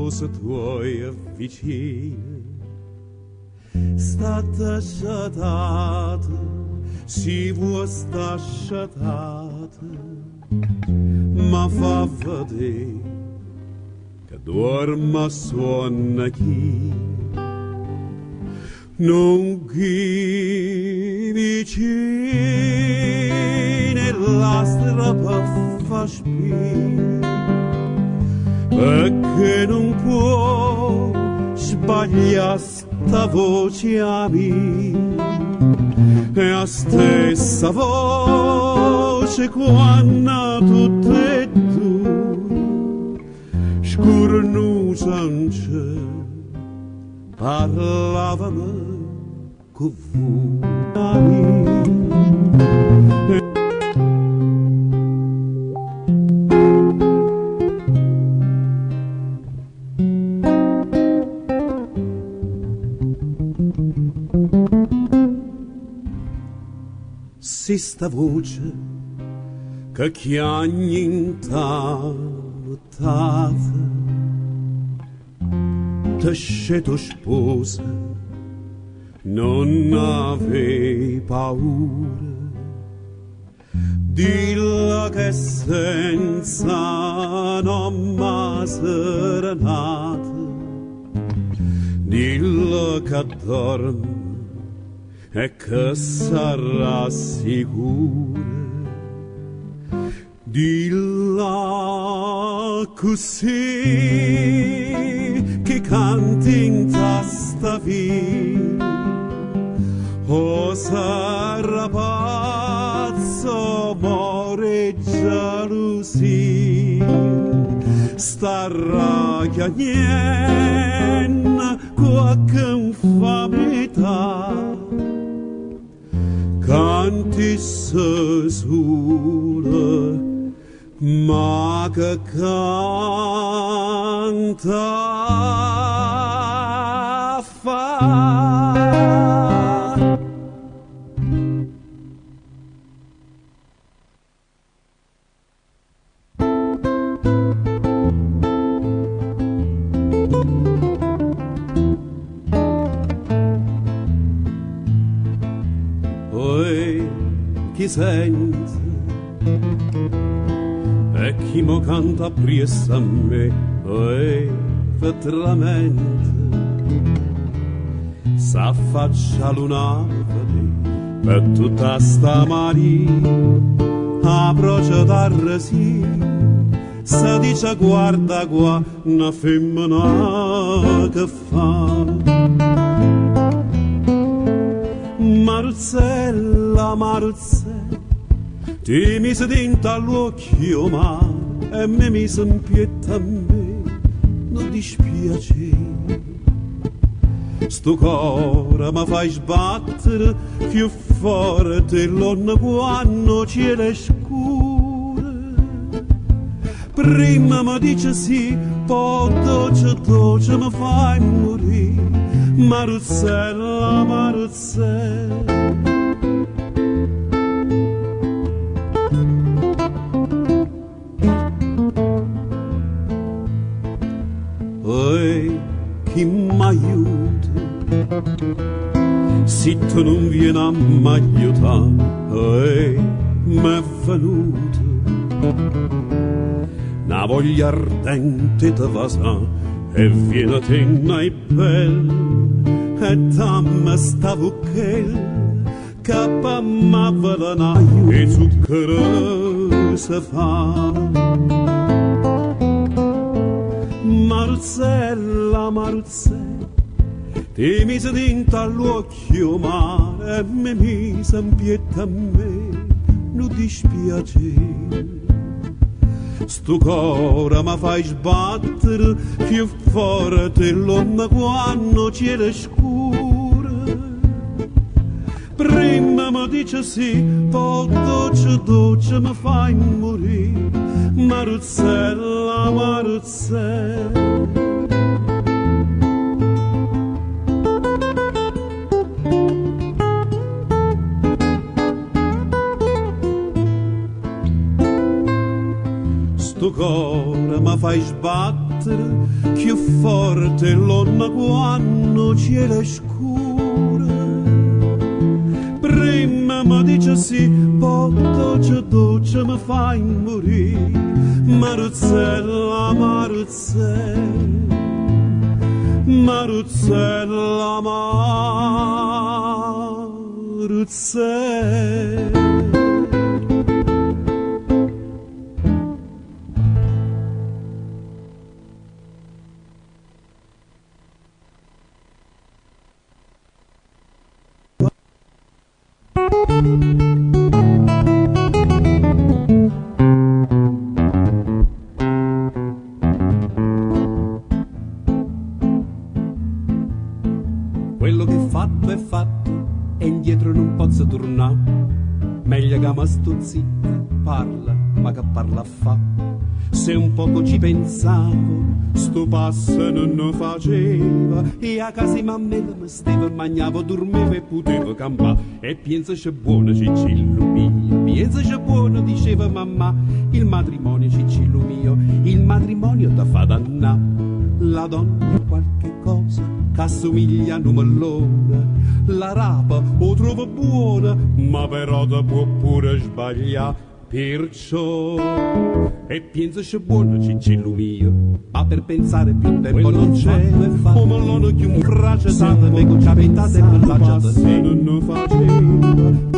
cose tue vicine, state sciatate, si vuoi sta sciatate, ma fa vedere che dorma suona chi, non chi vicine la strappa fa spire, perché non può sbagliare sta voce a me, è la stessa voce quando tutte e due scornucciance parlavano con voi. Se sta voce che chiagni in tavottata, te sceto sposa, non avei paura, dilla che senza nome serenata, dilla che dorme e che sarà sicura, dilla così che canti in tasta via, o sarà pazzo, amore e gelosia, starà chiagnendo qualche infamità, canti sole, ma che canta fa. Chi sente e chi mo canta appresso a me, veramente s'affaccia lunare per tutta sta maria, a procedere sì, si dice guarda qua una femmina che fa. Maruzzella, Maruzzella, ti mise dentro all'occhio mare e mi mise in pietta a me, non dispiace. Sto cuore mi fai sbattere più forte l'onna quando cielo scuro. Prima mi dice sì, poi dolce mi fai morire. Maruzzella, Maruzzella, chi m'aiuta, se tu non vieni a m'aiutare, m'è venuta una voglia ardente di vasà e viene te nei pelli e dammi sta bucchella che per m'avvelenaio e zucchero si fa. Maruzzella, Maruzzella, ti mise dentro all'occhio mare e mi mise in pietta a me, non dispiace. Sto cuore mi fai sbattere più forte l'onna quando cielo scuro. Prima mi dice sì, poi dolce mi fai morire. Maruzzella, Maruzzella, sto cuore mi fai sbattere essere più forte l'onna quando cielo è scuro. Prima mi dice sì, poi dolce mi fai morire. Maruzzella, Maruzzella, Maruzzella, Maruzzella. Quello che fatto è fatto e indietro non posso tornare. Meglio che mi sto zitto, parla, ma che parla fa. Se un poco ci pensavo, sto passo non lo faceva. E a casa mammella mi stava, mangiavo, dormivo e potevo campare. E pensa c'è buono Cicillo mio, pensa c'è buono, diceva mamma. Il matrimonio Cicillo mio, il matrimonio da fa dannà. La donna è qualche cosa che assomiglia a un mellone. La rapa o trova buona, ma però te può pure sbagliare. Perciò e pensa c'è buono Cicillo mio, ma per pensare più tempo non c'è. O mellone che un fraccio sante me con capitate e me la già da te non faceva.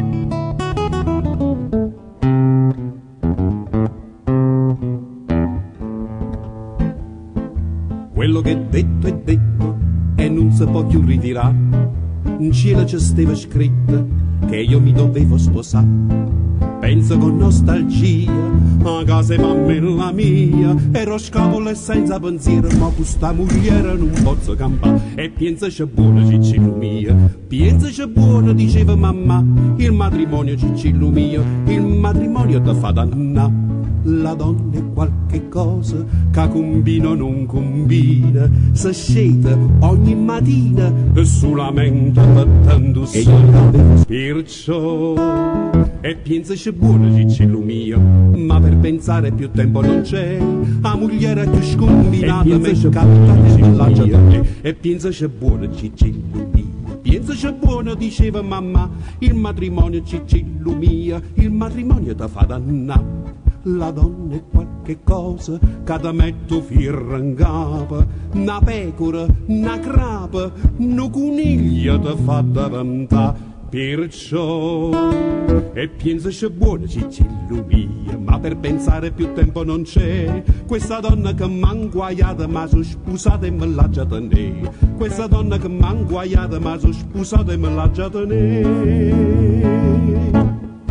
Quello che detto è detto e non si può più ritirare. In cielo ci stava scritto che io mi dovevo sposare. Penso con nostalgia a casa mammella mia. Ero scapolo e senza pensiero, ma questa mogliera non posso campare. E pensa c'è buono Cicillo mio, pensa c'è buono, diceva mamma. Il matrimonio Cicillo mio, il matrimonio ti fa dannà. La donna è qualche cosa che combina o non combina. Se scende ogni mattina e sulla mente battendo sole. Perciò e pensa c'è buono Cicillo mio, ma per pensare più tempo non c'è. A mogliera più scombinata me capitata e la già da te. E pensa c'è buono Cicillo mio, pensa c'è buono, diceva mamma. Il matrimonio Cicillo mio, il matrimonio da fa dannà. La donna è qualche cosa che da metto firra in capo. Una pecora, una crapa, una coniglia da fa davantà. Perciò e pensa c'è buono Cicillo mio, ma per pensare più tempo non c'è. Questa donna che m'ha inguaiata ma sono sposata e me l'ha già tenere. Questa donna che m'ha inguaiata ma sono sposata e me l'ha già tenere.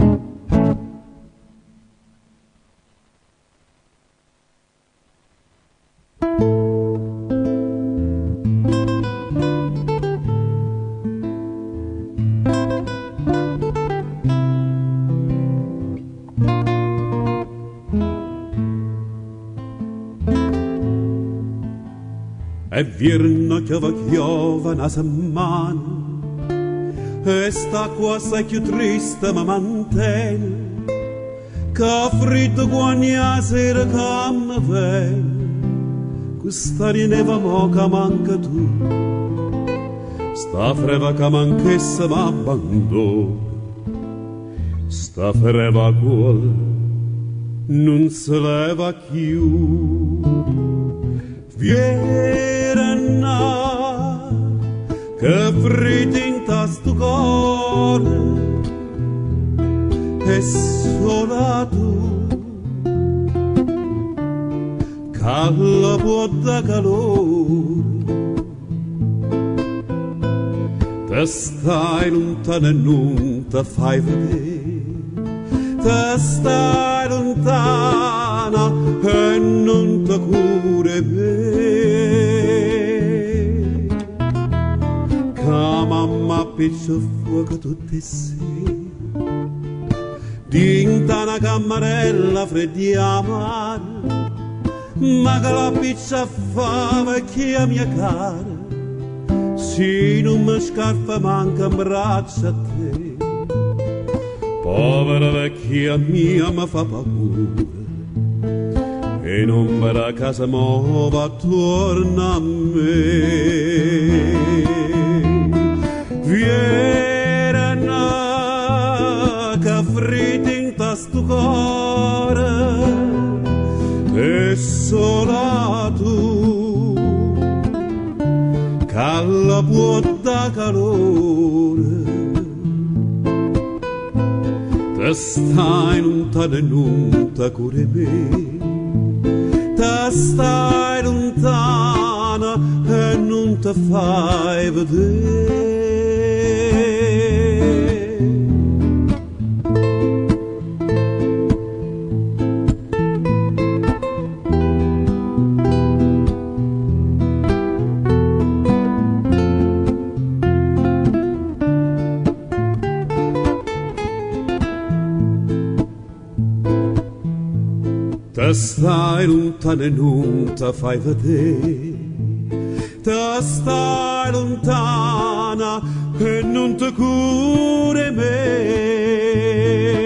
E vierno che va chiova una settimana e sta qua assai più triste ma mantene che freddo quando la sera che mi viene questa rineva mo che manca tu sta freva che manchessa m'abbandona sta freva qual non se leva più Vierna, che freddo in sto cuore e sola tu, calla può da calore, te stai lontana e non te fai vedere, te stai lontana e non te cure me. Mamma piccia fuoco tutte sere dinta una cammarella freddi amare ma che la pizza fa vecchia mia cara se non mi scarpa manca in braccio a te povera vecchia mia mi fa paura e non verrà a casa nuova attorno a me. Viene che freddo in tasto cuore e sola tu che la può da calore. Te stai lontana e non ti curi me, te stai lontana e non ti fai vedere. Te stai lontana e non ti fai vedere, te stai lontana e non ti curi me.